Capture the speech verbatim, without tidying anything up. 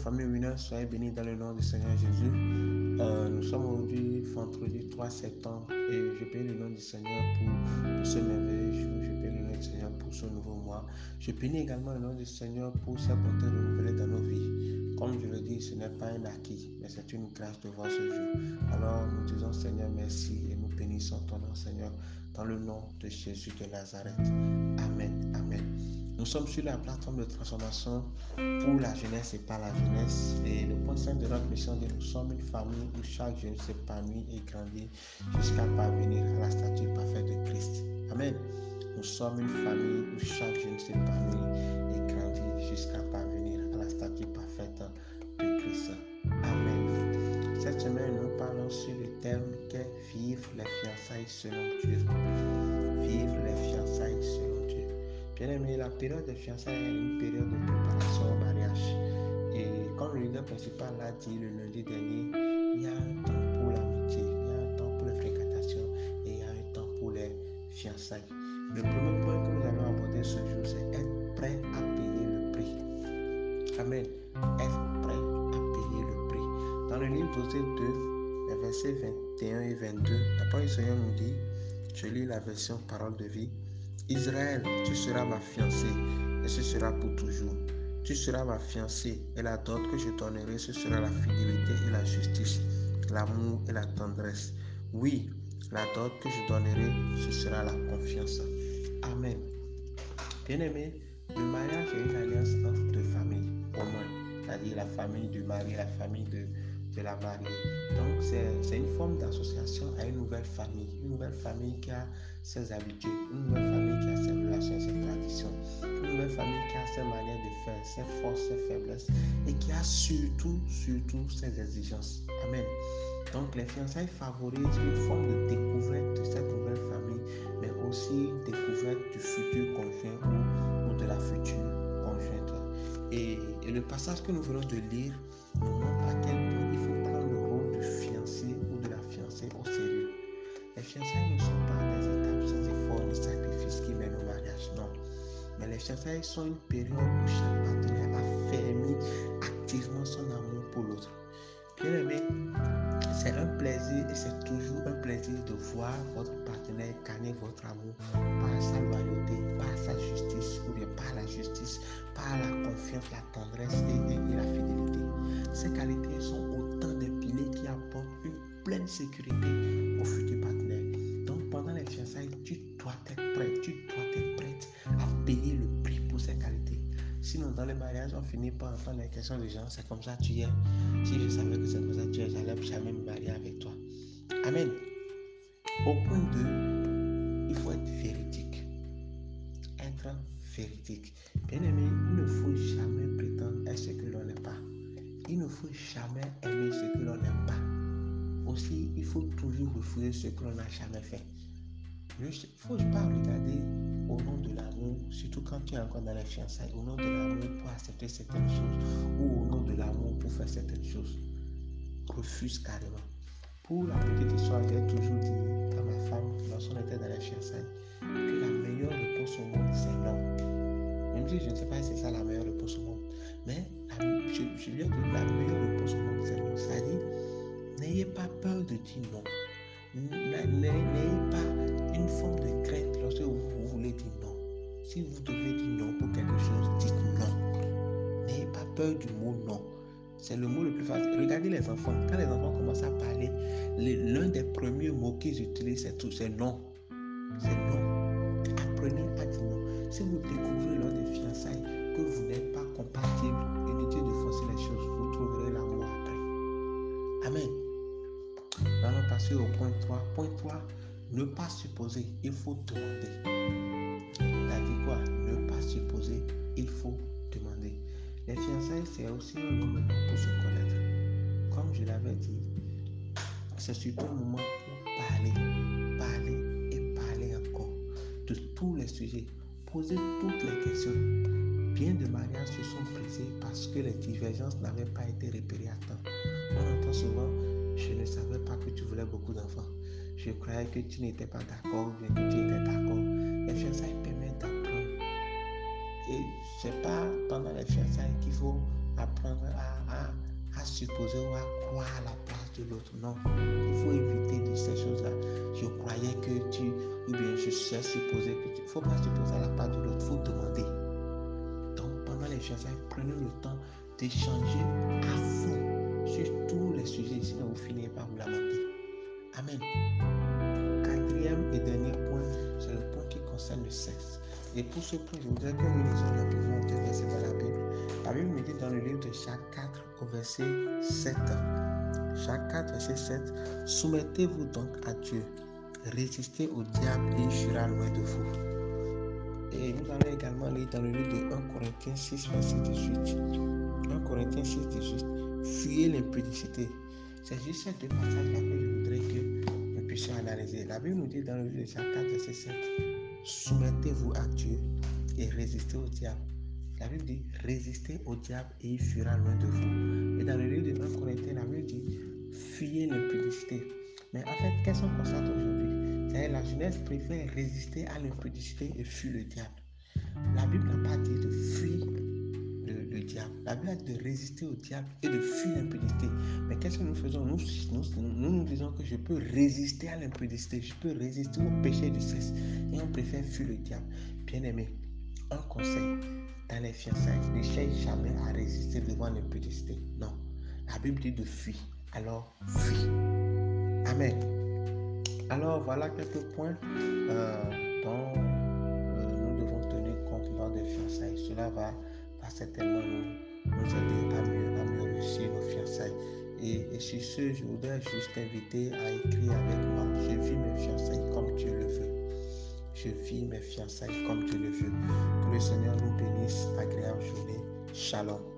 famille Winner, soyez bénis dans le nom du Seigneur Jésus. Euh, nous sommes aujourd'hui vendredi trois septembre et je bénis le nom du Seigneur pour, pour ce merveilleux jour. Je bénis le nom du Seigneur pour ce nouveau mois. Je bénis également le nom du Seigneur pour sa bonté renouvelée dans nos vies. Comme je le dis, ce n'est pas un acquis, mais c'est une grâce de voir ce jour. Alors nous disons Seigneur merci et nous bénissons ton nom Seigneur dans le nom de Jésus de Nazareth. Amen, amen. Nous sommes sur la plateforme de transformation pour la jeunesse et par la jeunesse. Et le point cinq de notre mission dit nous sommes une famille où chaque jeune s'épanouit et grandit jusqu'à parvenir à la stature parfaite de Christ. Amen. Nous sommes une famille où chaque jeune s'épanouit et grandit jusqu'à parvenir à la stature parfaite de Christ. Amen. Cette semaine, nous parlons sur le terme qu'est vivre les fiançailles selon Dieu. Vivre les fiançailles selon Dieu. Bien aimé, la période de fiançailles est une période de préparation au mariage. Et comme le leader principal l'a dit le lundi dernier, il y a un temps pour l'amitié, il y a un temps pour les fréquentations et il y a un temps pour les fiançailles. Le premier point que nous allons aborder ce jour, c'est être prêt à payer le prix. Amen. Être prêt à payer le prix. Dans le livre d'Osée deux, les versets vingt et un et vingt-deux, la parole du Seigneur nous dit, je lis la version Parole de vie. Israël, tu seras ma fiancée, et ce sera pour toujours. Tu seras ma fiancée, et la dot que je donnerai, ce sera la fidélité et la justice, l'amour et la tendresse. Oui, la dot que je donnerai, ce sera la confiance. Amen. Bien-aimé, le mariage est une alliance entre deux familles, au moins, c'est-à-dire la famille du mari et la famille de, de la mariée. Donc, c'est, c'est une forme d'association à une nouvelle famille, une nouvelle famille qui a ses habitudes, une nouvelle famille qui a ses relations, ses traditions, une nouvelle famille qui a ses manières de faire, ses forces, ses faiblesses et qui a surtout, surtout ses exigences. Amen. Donc les fiançailles favorisent une forme de découverte de cette nouvelle famille, mais aussi une découverte du futur conjoint ou, ou de la future conjointe. Et, et le passage que nous venons de lire nous montre à quel point il faut prendre le rôle du fiancé ou de la fiancée au sérieux. Les fiançailles ne sont pas des étapes sans effort ni sacrifice qui mènent au mariage, non. Mais les fiançailles sont une période où chaque partenaire affermit activement son amour pour l'autre. Bien aimé, c'est un plaisir et c'est toujours un plaisir de voir votre partenaire gagner votre amour par sa loyauté, par sa justice ou bien par la justice, par la confiance, la tendresse et, et, et la fidélité. Ces qualités sont autant des piliers qui apportent une pleine sécurité au futur partenaire. Donc pendant les fiançailles, tu dois être prêt, tu dois être prête à payer le prix pour ces qualités. Sinon, dans le mariage, on finit par entendre les questions des gens, c'est comme ça tu es. Si je savais que c'est comme ça tu es, j'allais jamais me marier avec toi. Amen. Au point deux, il faut être véridique. Être véridique. Bien aimé, il ne faut jamais prétendre être ce que l'on n'est pas. Il ne faut jamais aimer ce que l'on n'aime pas. Aussi, il faut toujours refuser ce que l'on n'a jamais fait. Il ne faut pas regarder au nom de l'amour, surtout quand tu es encore dans les fiançailles, au nom de l'amour pour accepter certaines choses ou au nom de l'amour pour faire certaines choses. Refuse carrément. Pour la petite histoire, j'ai toujours dit à ma femme, lorsqu'on était dans les fiançailles, que la meilleure réponse au monde, c'est non. Même si je ne sais pas si c'est ça la meilleure réponse au monde, mais la, je, je lui ai dit la meilleure réponse au monde, c'est non. C'est-à-dire, n'ayez pas peur de dire non. N'ayez pas une forme de crainte lorsque vous, vous voulez dire non. Si vous devez dire non pour quelque chose, dites non. N'ayez pas peur du mot non. C'est le mot le plus facile. Regardez les enfants. Quand les enfants commencent à parler, les, l'un des premiers mots qu'ils utilisent, c'est tout, c'est non. C'est non. Apprenez à dire non. Si vous découvrez lors des fiançailles que vous n'êtes pas compatible, évitez de forcer les choses. Vous trouverez l'amour après. Amen. Nous allons passer au point trois. Point trois, ne pas supposer, il faut demander. T'as dit quoi? Ne pas supposer, il faut demander. Les fiançailles, c'est aussi un long moment pour se connaître. Comme je l'avais dit, c'est surtout un moment pour parler, parler et parler encore de tous les sujets, poser toutes les questions. Bien de mariages se sont brisés parce que les divergences n'avaient pas été repérées à temps. On entend souvent, je ne savais pas que tu voulais beaucoup d'enfants. Je croyais que tu n'étais pas d'accord ou bien que tu étais d'accord. Les fiançailles permettent d'apprendre. Et c'est pas pendant les fiançailles qu'il faut apprendre à, à, à supposer ou à croire à la place de l'autre. Non, il faut éviter de ces choses-là. Je croyais que tu, ou bien je sais supposer que tu. Il ne faut pas supposer à la place de l'autre, il faut demander. Donc pendant les fiançailles, prenez le temps d'échanger à fond sur tous les sujets, sinon vous finirez par vous lamenter. Amen. Quatrième et dernier point, c'est le point qui concerne le sexe. Et pour ce point, je voudrais que nous lisions rapidement deux versets de la Bible. La Bible me dit dans le livre de Jacques quatre au verset sept. Jacques quatre, verset sept. Soumettez-vous donc à Dieu. Résistez au diable et il fuira loin de vous. Et nous allons également lire dans le livre de un Corinthiens six, verset dix-huit. un Corinthiens six, dix-huit. Fuyez l'impudicité. C'est juste ces deux passages-là que je voudrais que nous puissions analyser. La Bible nous dit dans le livre de Jacques quatre, verset sept. Soumettez-vous à Dieu et résistez au diable. La Bible dit résistez au diable et il fuira loin de vous. Et dans le livre de un Corinthiens, la Bible dit fuyez l'impudicité. Mais en fait, qu'est-ce qu'on constate aujourd'hui? C'est-à-dire la jeunesse préfère résister à l'impudicité et fuir le diable. La Bible n'a pas dit de fuir le, le diable. La Bible a dit de résister au diable et de fuir l'impudicité. Mais qu'est-ce que nous faisons? Nous nous, nous nous disons que je peux résister à l'impudicité, je peux résister au péché du sexe et on préfère fuir le diable. Bien aimé, un conseil dans les fiançailles, ne cherche jamais à résister devant l'impudicité. Non, la Bible dit de fuir, alors fuis. Amen. Alors voilà quelques points euh, dont euh, nous devons tenir compte lors des fiançailles. Cela va, va certainement nous, nous aider à mieux, à mieux réussir nos fiançailles. Et, et sur ce, je voudrais juste t'inviter à écrire avec moi. Je vis mes fiançailles comme Dieu le veut. Je vis mes fiançailles comme Dieu le veut. Que le Seigneur nous bénisse. Agréable journée. Shalom.